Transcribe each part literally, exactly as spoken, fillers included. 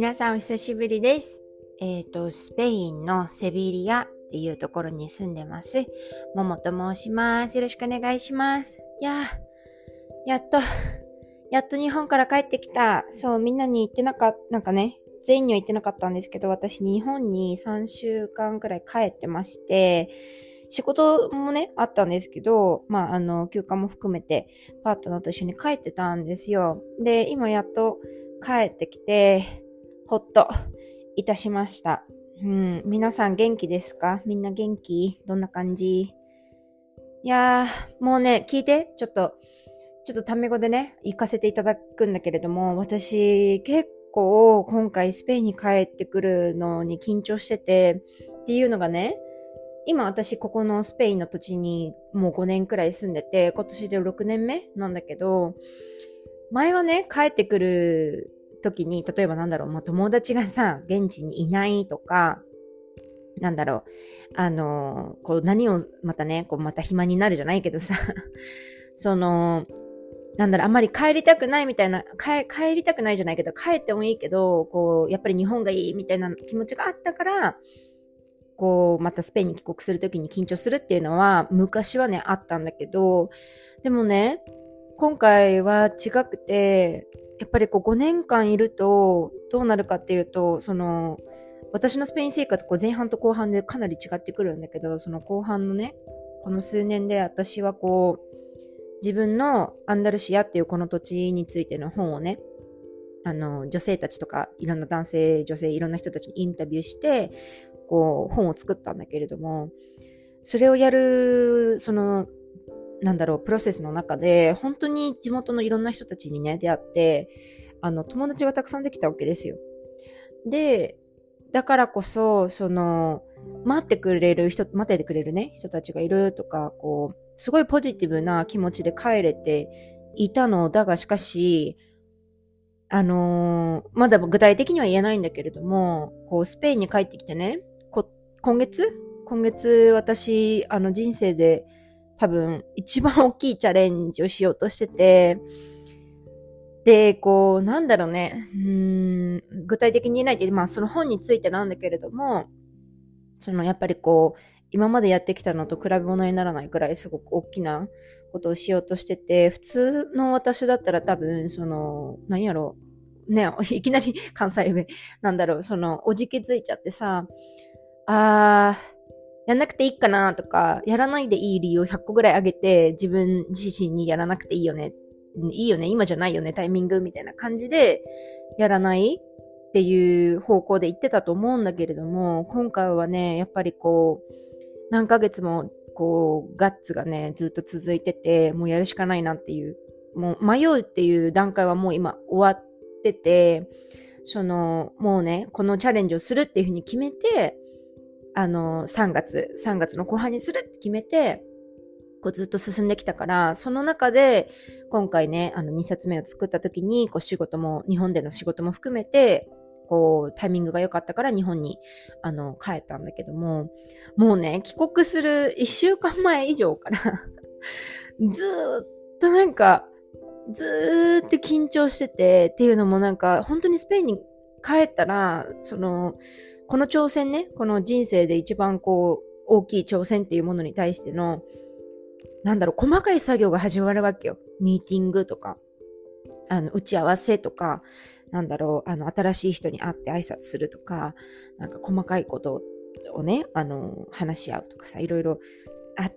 皆さんお久しぶりです。えっと、スペインのセビリアっていうところに住んでます。ももと申します。よろしくお願いします。いやー、やっと、やっと日本から帰ってきた。そう、みんなに言ってなかった、なんかね、全員には言ってなかったんですけど、私日本にさんしゅうかんくらい帰ってまして、仕事もね、あったんですけど、まあ、あの、休暇も含めて、パートナーと一緒に帰ってたんですよ。で、今やっと帰ってきて、ほっといたしました。うん、皆さん元気ですか？みんな元気？どんな感じ？いやー、もうね、聞いて、ちょっと、ちょっとタメ語でね、行かせていただくんだけれども、私、結構、今回スペインに帰ってくるのに緊張してて、っていうのがね、今私ここのスペインの土地にもうごねんくらい住んでて、今年でろくねんめなんだけど、前はね、帰ってくる時に、例えばなんだろう、もう友達がさ、現地にいないとか、なんだろう、あの、こう何をまたね、こうまた暇になるじゃないけどさ、その、なんだろう、あんまり帰りたくないみたいな、帰帰りたくないじゃないけど、帰ってもいいけど、こう、やっぱり日本がいいみたいな気持ちがあったから、こう、またスペインに帰国するときに緊張するっていうのは、昔はね、あったんだけど、でもね、今回は違くて、やっぱりこうごねんかんいると、どうなるかっていうと、その、私のスペイン生活、こう前半と後半でかなり違ってくるんだけど、その後半のね、この数年で私はこう、自分のアンダルシアっていうこの土地についての本をね、あの、女性たちとか、いろんな男性、女性、いろんな人たちにインタビューして、こう、本を作ったんだけれども、それをやる、その、なんだろう、プロセスの中で、本当に地元のいろんな人たちにね、出会って、あの、友達がたくさんできたわけですよ。で、だからこそ、その、待ってくれる人、待っててくれるね、人たちがいるとか、こう、すごいポジティブな気持ちで帰れていたのだが、しかし、あのーまだ具体的には言えないんだけれども、こう、スペインに帰ってきてね、こ今月今月私、あの人生で多分一番大きいチャレンジをしようとしてて、で、こう、なんだろうね、うーん、具体的に言えないって、まあその本についてなんだけれども、そのやっぱりこう、今までやってきたのと比べ物にならないくらいすごく大きなことをしようとしてて、普通の私だったら多分、その、何やろう、ね、いきなり関西弁、なんだろう、その、おじけづいちゃってさ、あー、やんなくていいかなとか、やらないでいい理由をひゃっこぐらいあげて、自分自身にやらなくていいよね、いいよね、今じゃないよね、タイミングみたいな感じで、やらないっていう方向で言ってたと思うんだけれども、今回はね、やっぱりこう、何ヶ月もこう、ガッツがね、ずっと続いてて、もうやるしかないなっていう、もう迷うっていう段階はもう今終わってて、その、もうね、このチャレンジをするっていうふうに決めて、あの、さんがつ、さんがつの後半にするって決めて、こうずっと進んできたから、その中で、今回ね、あのにさつめを作った時に、こう仕事も、日本での仕事も含めて、こう、タイミングが良かったから日本に、あの、帰ったんだけども、もうね、帰国するいっしゅうかんまえ以上からずーっとなんか、ずーっと緊張してて、っていうのもなんか、本当にスペインに帰ったら、その、この挑戦ね、この人生で一番こう、大きい挑戦っていうものに対しての、なんだろう、細かい作業が始まるわけよ。ミーティングとか、あの、打ち合わせとか、なんだろう、あの、新しい人に会って挨拶するとか、なんか細かいことをね、あの、話し合うとかさ、いろいろあって、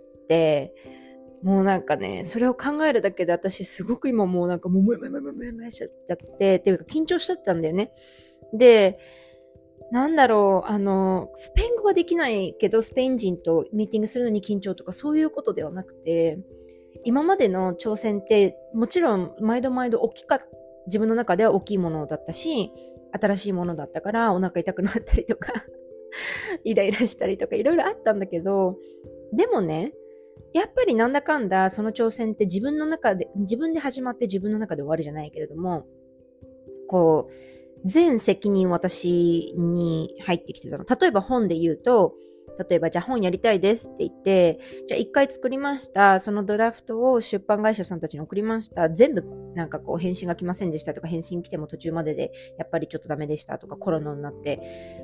もうなんかね、それを考えるだけで私すごく今もうなんかもうムムムムムムしちゃって、っていうか緊張しちゃったんだよね。で、なんだろう、あの、スペイン語ができないけど、スペイン人とミーティングするのに緊張とかそういうことではなくて、今までの挑戦って、もちろん毎度毎度大きか、自分の中では大きいものだったし、新しいものだったからお腹痛くなったりとか、イライラしたりとかいろいろあったんだけど、でもね、やっぱりなんだかんだその挑戦って自分の中で、自分で始まって自分の中で終わるじゃないけれども、こう、全責任私に入ってきてたの。例えば本で言うと、 例えば、じゃあ本やりたいですって言って、じゃあ一回作りました。そのドラフトを出版会社さんたちに送りました。全部なんかこう返信が来ませんでしたとか、返信来ても途中まででやっぱりちょっとダメでしたとか、コロナになって、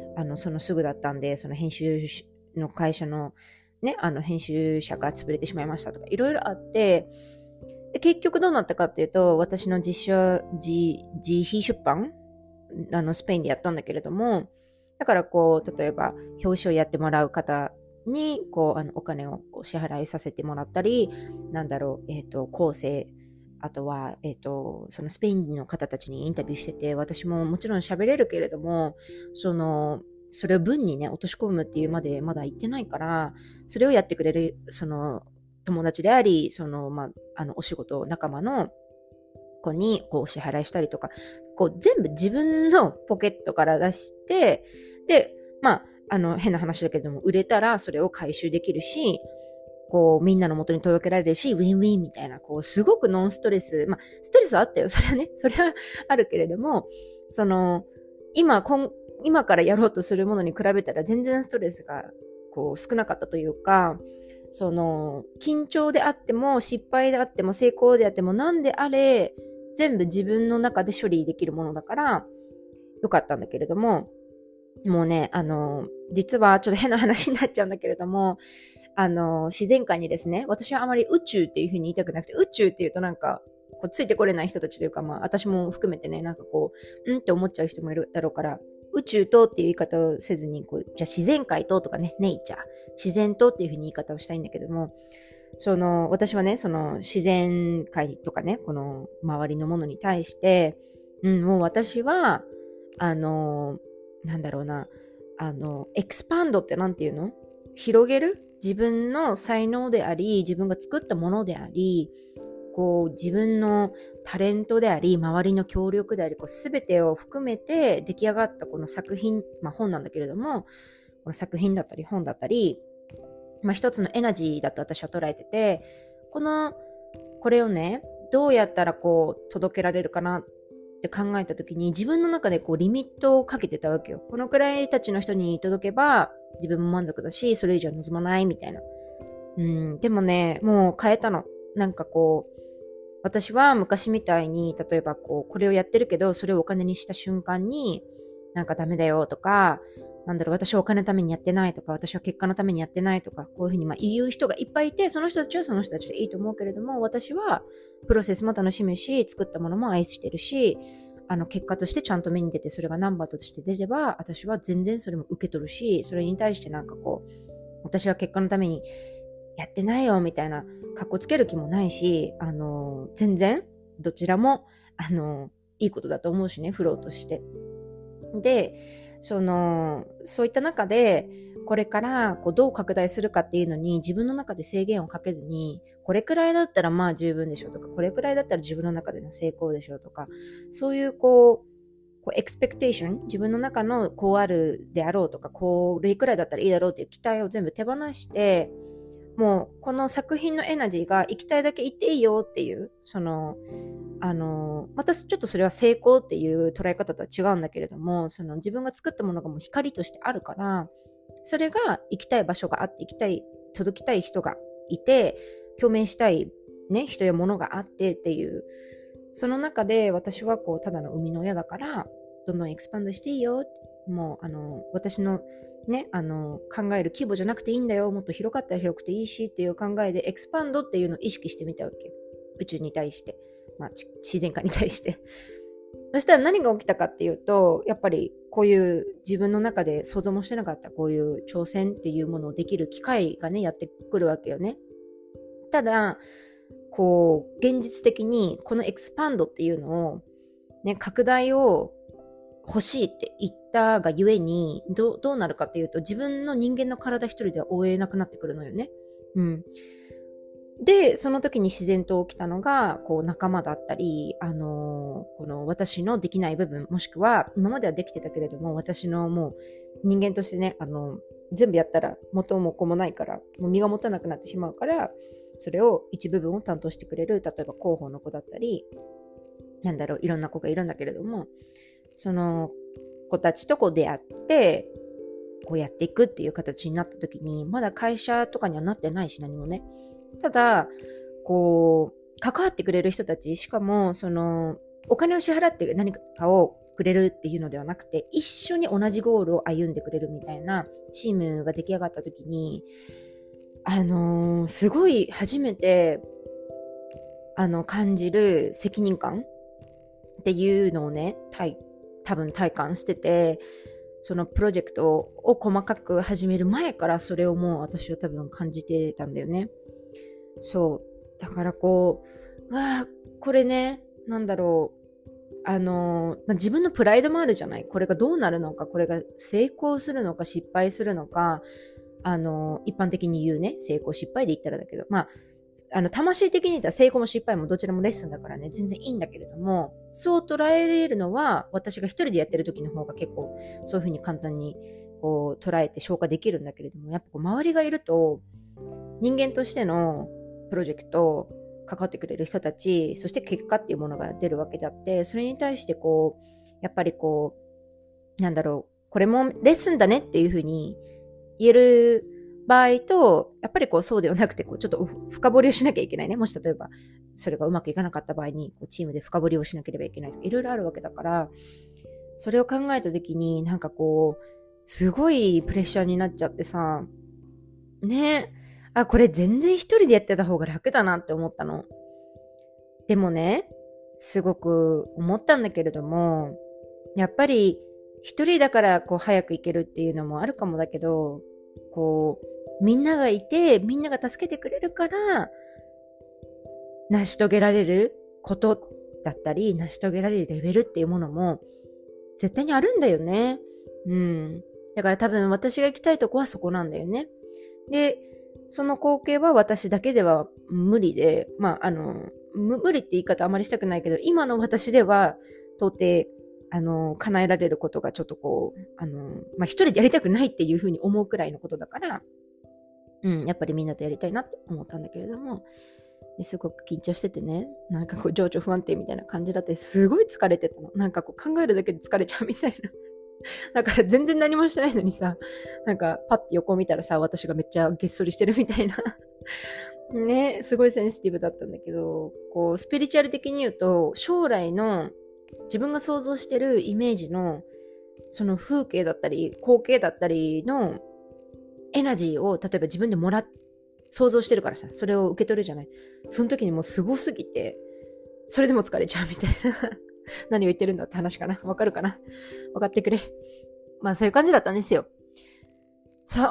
あの、そのすぐだったんで、その編集の会社のね、あの編集者が潰れてしまいましたとか、いろいろあって、で結局どうなったかっていうと、私の実写、自、自費出版あの、スペインでやったんだけれども、だからこう、例えば、表紙をやってもらう方に、こう、あの、お金をお支払いさせてもらったり、なんだろう、えっと、構成、あとは、えっと、そのスペインの方たちにインタビューしてて、私ももちろん喋れるけれども、その、それを文にね、落とし込むっていうまでまだ行ってないから、それをやってくれる、その、友達であり、その、まあ、あの、お仕事仲間の子に、こう、お支払いしたりとか、こう、全部自分のポケットから出して、で、まあ、あの、変な話だけども、売れたらそれを回収できるし、こう、みんなの元に届けられるし、ウィンウィンみたいな、こう、すごくノンストレス、まあ、ストレスはあったよ。それはね、それはあるけれども、その、今、今、今からやろうとするものに比べたら全然ストレスが、こう、少なかったというか、その、緊張であっても、失敗であっても、成功であっても、なんであれ、全部自分の中で処理できるものだから、よかったんだけれども、もうね、あの、実はちょっと変な話になっちゃうんだけれども、あの、自然界にですね、私はあまり宇宙っていう風に言いたくなくて、宇宙っていうとなんか、こうついてこれない人たちというか、まあ、私も含めてね、なんかこう、うんって思っちゃう人もいるだろうから、宇宙とっていう言い方をせずに、こう、じゃあ自然界ととかね、ネイチャー、自然とっていう風に言い方をしたいんだけども、その、私はね、その自然界とかね、この周りのものに対して、うん、もう私は、あの、なんだろうな、あの、エクスパンドってなんていうの？広げる？自分の才能であり、自分が作ったものであり、こう、自分のタレントであり、周りの協力であり、こう、すべてを含めて出来上がったこの作品、まあ本なんだけれども、この作品だったり本だったり、まあ一つのエナジーだと私は捉えてて、この、これをね、どうやったらこう、届けられるかなって考えたときに、自分の中でこう、リミットをかけてたわけよ。このくらいたちの人に届けば、自分も満足だし、それ以上望まないみたいな。うん、でもね、もう変えたの。なんかこう、私は昔みたいに、例えばこう、これをやってるけど、それをお金にした瞬間に、なんかダメだよとか、なんだろう、私はお金のためにやってないとか、私は結果のためにやってないとか、こういうふうにまあ言う人がいっぱいいて、その人たちはその人たちでいいと思うけれども、私はプロセスも楽しむし、作ったものも愛してるし、あの結果としてちゃんと目に出て、それがナンバーとして出れば、私は全然それも受け取るし、それに対してなんかこう、私は結果のためにやってないよみたいな、かっこつける気もないし、あの、全然、どちらも、あの、いいことだと思うしね、フローとして。で、その、そういった中で、これからこうどう拡大するかっていうのに自分の中で制限をかけずに、これくらいだったらまあ十分でしょうとか、これくらいだったら自分の中での成功でしょうとか、そういうこう、こうエクスペクテーション、自分の中のこうあるであろうとか、これくらいだったらいいだろうっていう期待を全部手放して、もうこの作品のエナジーが行きたいだけ行っていいよっていう、その、あの、またちょっとそれは成功っていう捉え方とは違うんだけれども、その自分が作ったものがもう光としてあるから、それが行きたい場所があって、行きたい、届きたい人がいて、共鳴したいね、人や物があってっていう、その中で私はこう、ただの生みの親だから、どんどんエクスパンドしていいよ。もう、あの、私のね、あの、考える規模じゃなくていいんだよ。もっと広かったら広くていいしっていう考えで、エクスパンドっていうのを意識してみたわけ。宇宙に対して。まあ、自然界に対して。そしたら何が起きたかっていうと、やっぱりこういう自分の中で想像もしてなかったこういう挑戦っていうものをできる機会がね、やってくるわけよね。ただ、こう、現実的にこのエクスパンドっていうのを、ね、拡大を欲しいって言ったがゆえに、どう、どうなるかっていうと、自分の人間の体一人では追えなくなってくるのよね。うん。で、その時に自然と起きたのが、こう仲間だったり、あのー、この私のできない部分、もしくは今まではできてたけれども、私のもう人間としてね、あのー、全部やったら元も子もないから、もう身が持たなくなってしまうから、それを一部分を担当してくれる、例えば広報の子だったり、なんだろう、いろんな子がいるんだけれども、その子たちとこう出会って、 こうやっていくっていう形になった時に、まだ会社とかにはなってないし何もね。ただ、こう、関わってくれる人たち、しかも、その、お金を支払って何かをくれるっていうのではなくて、一緒に同じゴールを歩んでくれるみたいなチームが出来上がった時に、あのー、すごい初めて、あの、感じる責任感っていうのをね、体多分体感してて、そのプロジェクトを細かく始める前からそれをもう私は多分感じてたんだよね。そう。だからこう、うわあ、これね、なんだろう。あのーまあ、自分のプライドもあるじゃない。これがどうなるのか、これが成功するのか、失敗するのか、あのー一般的に言うね、成功失敗で言ったらだけど、まあ、あの、魂的に言ったら成功も失敗もどちらもレッスンだからね、全然いいんだけれども、そう捉えられるのは、私が一人でやってる時の方が結構、そういう風に簡単に、こう、捉えて消化できるんだけれども、やっぱこう、周りがいると、人間としてのプロジェクト、関わってくれる人たち、そして結果っていうものが出るわけであって、それに対してこう、やっぱりこう、なんだろう、これもレッスンだねっていう風に言える場合と、やっぱりこうそうではなくて、こうちょっと深掘りをしなきゃいけないね。もし例えば、それがうまくいかなかった場合に、こうチームで深掘りをしなければいけないとか、いろいろあるわけだから、それを考えたときに、なんかこう、すごいプレッシャーになっちゃってさ、ね、あ、これ全然一人でやってた方が楽だなって思ったの。でもね、すごく思ったんだけれども、やっぱり一人だからこう早く行けるっていうのもあるかもだけど、こう、みんながいて、みんなが助けてくれるから、成し遂げられることだったり、成し遂げられるレベルっていうものも、絶対にあるんだよね。うん。だから多分私が行きたいとこはそこなんだよね。で、その光景は私だけでは無理で、まあ、あの、無理って言い方あまりしたくないけど、今の私では到底、あの、叶えられることがちょっとこう、あの、まあ、一人でやりたくないっていうふうに思うくらいのことだから、うん、やっぱりみんなとやりたいなって思ったんだけれども、すごく緊張しててね、なんかこう情緒不安定みたいな感じだって、すごい疲れてたの。なんかこう考えるだけで疲れちゃうみたいな。だから全然何もしてないのにさ、なんかパッて横を見たらさ、私がめっちゃげっそりしてるみたいな。ね、すごいセンシティブだったんだけど、こう、スピリチュアル的に言うと、将来の自分が想像してるイメージの、その風景だったり、光景だったりのエナジーを、例えば自分でもらっ、想像してるからさ、それを受け取るじゃない。その時にもうすごすぎて、それでも疲れちゃうみたいな。何を言ってるんだって話かな。わかるかな。わかってくれ。まあそういう感じだったんですよ。そう。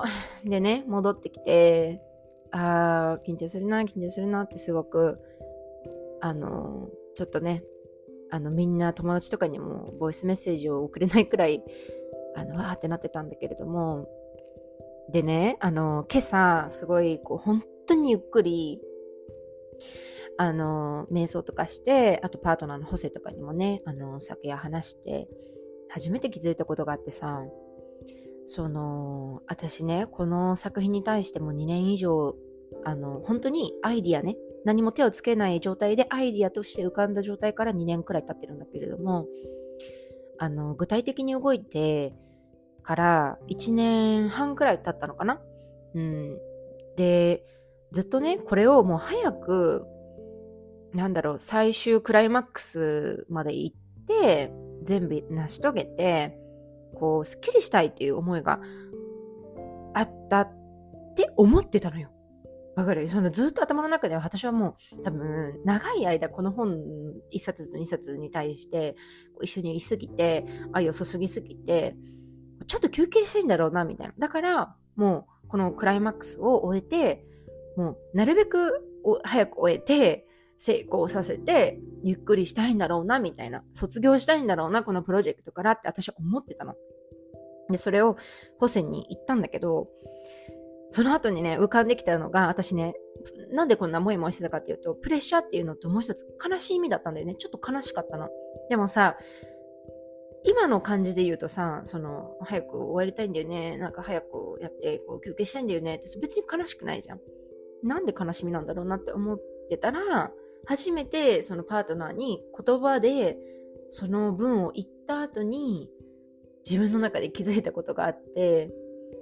でね、戻ってきて、あー、緊張するな、緊張するなってすごく、あの、ちょっとね、あの、みんな友達とかにもボイスメッセージを送れないくらい、あの、わーってなってたんだけれども、でね、あの、今朝、すごい、こう、本当にゆっくり、あの、瞑想とかして、あとパートナーのホセとかにもね、あの、酒や話して、初めて気づいたことがあってさ、その、私ね、この作品に対してもにねん以上、あの、本当にアイディアね、何も手をつけない状態でアイディアとして浮かんだ状態からにねんくらい経ってるんだけれども、あの、具体的に動いてからいちねんはんくらい経ったのかな。うん。で、ずっとね、これをもう早く、なんだろう、最終クライマックスまで行って、全部成し遂げて、こう、スッキリしたいっていう思いがあったって思ってたのよ。わかる？そのずっと頭の中では私はもう多分長い間この本いっさつとにさつに対して一緒にいすぎて、愛を注ぎすぎて、ちょっと休憩したいんだろうなみたいな。だからもうこのクライマックスを終えて、もうなるべく早く終えて、成功させてゆっくりしたいんだろうなみたいな。卒業したいんだろうなこのプロジェクトからって私は思ってたの。で、それをホセに言ったんだけど、その後にね、浮かんできたのが、私ね、なんでこんなモヤモヤしてたかっていうと、プレッシャーっていうのともう一つ悲しい意味だったんだよね。ちょっと悲しかったの。でもさ、今の感じで言うとさ、その、早く終わりたいんだよね。なんか早くやって、こう休憩したいんだよねって、別に悲しくないじゃん。なんで悲しみなんだろうなって思ってたら、初めてそのパートナーに言葉でその文を言った後に自分の中で気づいたことがあって、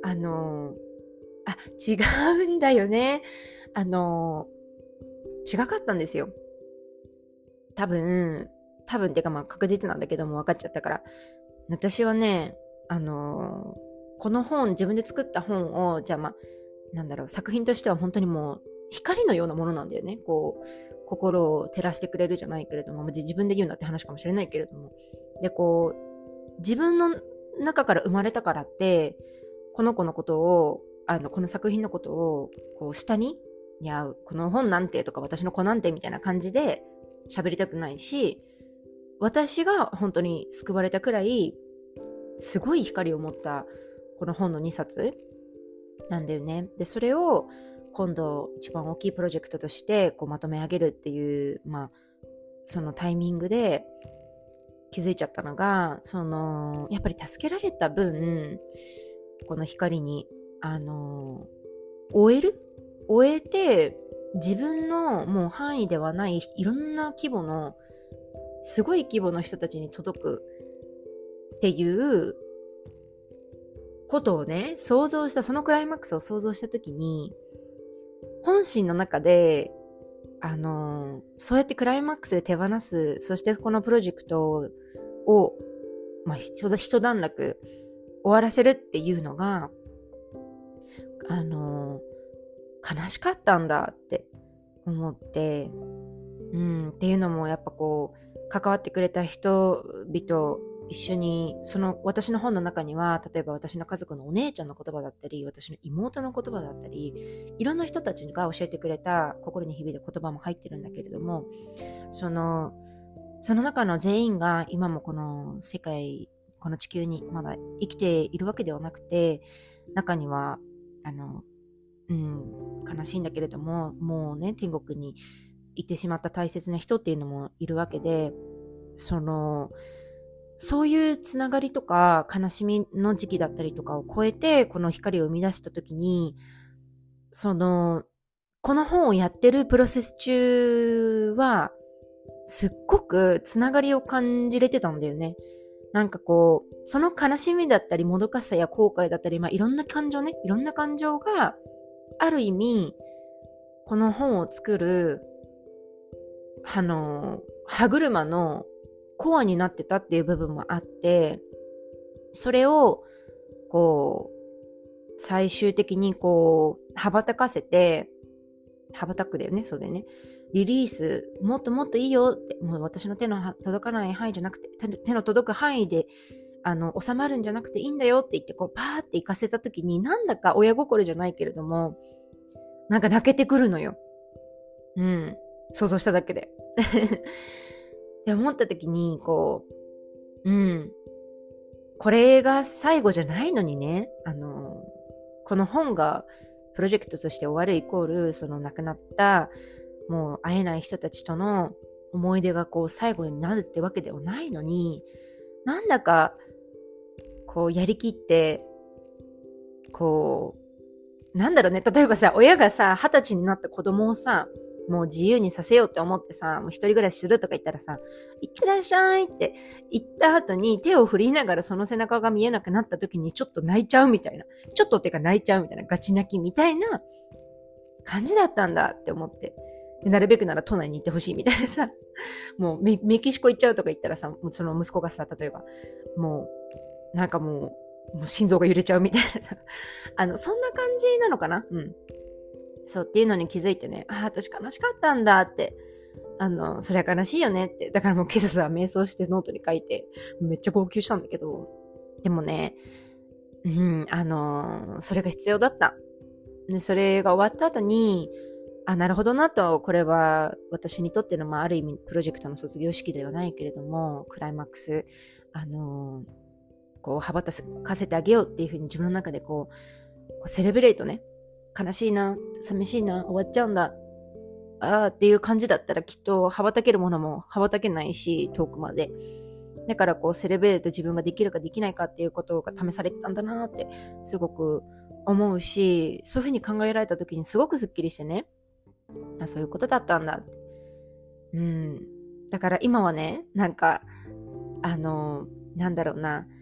あの、あ、違うんだよね。あの、違かったんですよ。多分、多分ってかまあ確実なんだけども分かっちゃったから。私はね、あの、この本、自分で作った本を、じゃあまあ、なんだろう、作品としては本当にもう光のようなものなんだよね。こう、心を照らしてくれるじゃないけれども、自分で言うんだって話かもしれないけれども。で、こう、自分の中から生まれたからって、この子のことを、あの、この作品のことを、こう、下に、いや、この本なんてとか私の子なんてみたいな感じで喋りたくないし、私が本当に救われたくらい、すごい光を持ったこの本のにさつなんだよね。で、それを今度一番大きいプロジェクトとしてこうまとめ上げるっていう、まあ、そのタイミングで気づいちゃったのが、その、やっぱり助けられた分、この光に、あの、終える終えて、自分のもう範囲ではないいろんな規模の、すごい規模の人たちに届くっていうことをね、想像した、そのクライマックスを想像したときに、本心の中で、あの、そうやってクライマックスで手放す、そしてこのプロジェクトを、まあ、一段落終わらせるっていうのが、あの、悲しかったんだって思って、うん、っていうのもやっぱこう、関わってくれた人々、一緒に、その私の本の中には、例えば私の家族のお姉ちゃんの言葉だったり、私の妹の言葉だったり、いろんな人たちが教えてくれた心に響いた言葉も入ってるんだけれども、その、その中の全員が今もこの世界、この地球にまだ生きているわけではなくて、中には、あの、うん、悲しいんだけれども、もうね、天国に行ってしまった大切な人っていうのもいるわけで、その、そういうつながりとか悲しみの時期だったりとかを超えてこの光を生み出した時に、そのこの本をやってるプロセス中はすっごくつながりを感じれてたんだよね。なんかこう、その悲しみだったりもどかしさや後悔だったり、まあ、いろんな感情ね、いろんな感情がある意味この本を作るあの歯車のコアになってたっていう部分もあって、それをこう最終的にこう羽ばたかせて、羽ばたくだよね、そうだよね、リリース、もっともっといいよって、もう私の手の届かない範囲じゃなくて、手の届く範囲であの収まるんじゃなくていいんだよって言って、こうパーって行かせた時に、なんだか親心じゃないけれども、なんか泣けてくるのよ。うん、想像しただけでって思った時に、こう、うん、これが最後じゃないのにね、あの、この本がプロジェクトとして終わるイコール、その亡くなった、もう会えない人たちとの思い出がこう最後になるってわけではないのに、なんだか、こうやりきって、こう、なんだろうね、例えばさ、親がさ、二十歳になった子供をさ、もう自由にさせようって思ってさ、もう一人暮らしするとか言ったらさ、いってらっしゃいって言った後に手を振りながらその背中が見えなくなった時にちょっと泣いちゃうみたいな。ちょっとってか泣いちゃうみたいな。ガチ泣きみたいな感じだったんだって思って。でなるべくなら都内に行ってほしいみたいなさ。もうメメキシコ行っちゃうとか言ったらさ、その息子がさ、例えば、もう、なんかもう、もう心臓が揺れちゃうみたいなさ。あの、そんな感じなのかな。うん。そうっていうのに気づいてね、ああ、私悲しかったんだって。あの、そりゃ悲しいよねって。だからもう今朝さ、瞑想してノートに書いて、めっちゃ号泣したんだけど、でもね、うん、あの、それが必要だった。で、それが終わった後に、あ、なるほどなと、これは私にとっての、まあ、ある意味、プロジェクトの卒業式ではないけれども、クライマックス、あの、こう、羽ばたかせてあげようっていうふうに自分の中でこう、こうセレブレイトね、悲しいな、寂しいな、終わっちゃうんだ、あーっていう感じだったらきっと羽ばたけるものも羽ばたけないし、遠くまで。だからこうセレブレート自分ができるかできないかっていうことが試されてたんだなってすごく思うし、そういうふうに考えられた時にすごくスッキリしてね、あ、そういうことだったんだって。うん。だから今はね、なんか、あの、なんだろうな、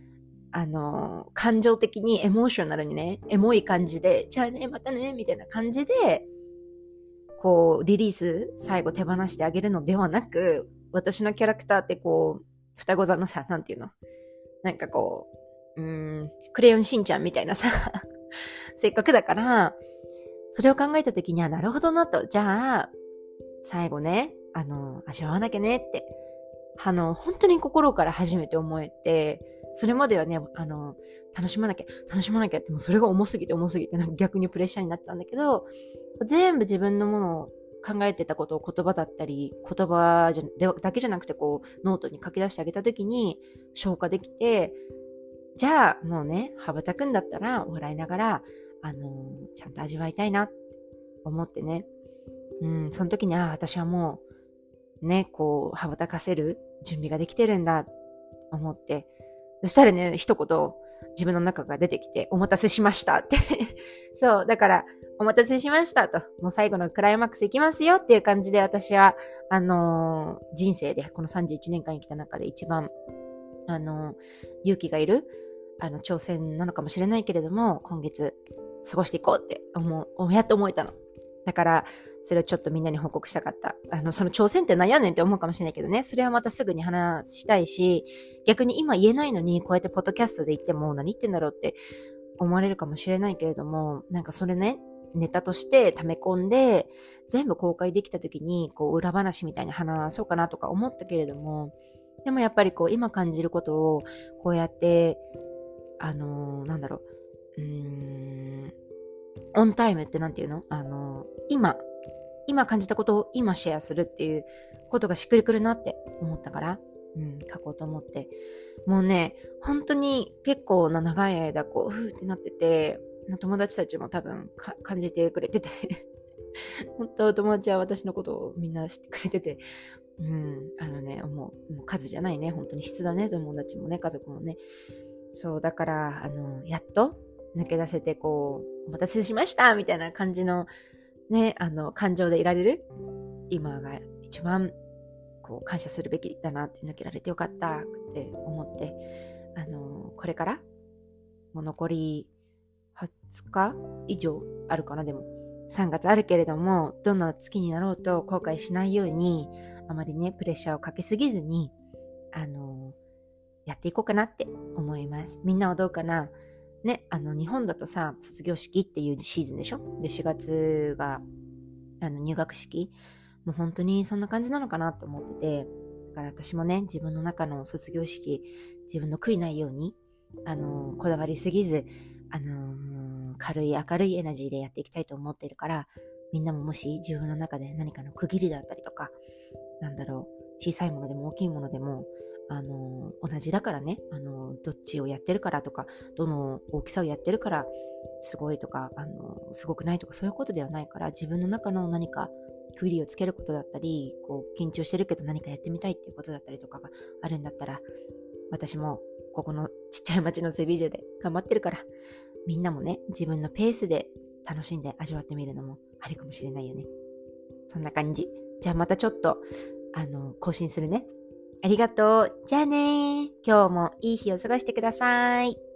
あの、感情的にエモーショナルにね、エモい感じで、じゃあね、またね、みたいな感じで、こう、リリース、最後手放してあげるのではなく、私のキャラクターってこう、双子座のさ、なんていうのなんかこう、うーん、クレヨンしんちゃんみたいなさ、性格だから、それを考えたときには、なるほどなと、じゃあ、最後ね、あの、味わわなきゃねって、あの、本当に心から初めて思えて、それまではね、あの、楽しまなきゃ、楽しまなきゃって、もうそれが重すぎて重すぎて、なんか逆にプレッシャーになったんだけど、全部自分のものを考えてたことを言葉だったり、言葉じゃだけじゃなくてこう、ノートに書き出してあげたときに消化できて、じゃあもうね、羽ばたくんだったら笑いながら、あのー、ちゃんと味わいたいなって思ってね。うん、その時に、ああ、私はもう、ね、こう、羽ばたかせる準備ができてるんだ、思って。そしたらね、一言、自分の中が出てきて、お待たせしましたって。そう、だから、お待たせしましたと。もう最後のクライマックスいきますよっていう感じで、私は、あのー、人生で、このさんじゅういちねんかん生きた中で一番、あのー、勇気がいる、あの、挑戦なのかもしれないけれども、今月、過ごしていこうって思う、やっと思えたの。だから、それをちょっとみんなに報告したかった。あの、その挑戦って何やねんって思うかもしれないけどね、それはまたすぐに話したいし、逆に今言えないのに、こうやってポッドキャストで言っても何言ってんだろうって思われるかもしれないけれども、なんかそれね、ネタとして溜め込んで、全部公開できた時に、こう、裏話みたいに話そうかなとか思ったけれども、でもやっぱりこう、今感じることを、こうやって、あのー、なんだろう、うーん、オンタイムってなんていうのあのー、今、今感じたことを今シェアするっていうことがしっくりくるなって思ったから、うん、書こうと思って。もうね、本当に結構な長い間、こう、ふーってなってて、友達たちも多分感じてくれてて、本当友達は私のことをみんな知ってくれてて、うん、あのね、もう、もう数じゃないね、本当に質だね、友達もね、家族もね。そう、だから、あの、やっと抜け出せて、こう、お待たせしましたみたいな感じの、ね、あの、感情でいられる今が一番、こう、感謝するべきだなって、抜けられてよかったって思って、あの、これから、もう残りはつか以上あるかな、でも。さんがつあるけれども、どんな月になろうと後悔しないように、あまりね、プレッシャーをかけすぎずに、あの、やっていこうかなって思います。みんなはどうかな？ね、あの、日本だとさ、卒業式っていうシーズンでしょ？で、しがつが、あの、入学式。もう本当にそんな感じなのかなと思ってて、だから私もね、自分の中の卒業式、自分の悔いないように、あの、こだわりすぎず、あのー、軽い明るいエナジーでやっていきたいと思っているから、みんなももし自分の中で何かの区切りだったりとか、なんだろう、小さいものでも大きいものでも、あのー、同じだからね、あのー、どっちをやってるからとか、どの大きさをやってるから、すごいとか、あのー、すごくないとか、そういうことではないから、自分の中の何か区切りをつけることだったり、こう、緊張してるけど何かやってみたいっていうことだったりとかがあるんだったら、私もここのちっちゃい町のセビージュで頑張ってるから、みんなもね、自分のペースで楽しんで味わってみるのもありかもしれないよね。そんな感じ。じゃあまたちょっと、あの、更新するね。ありがとう。じゃあねー。今日もいい日を過ごしてください。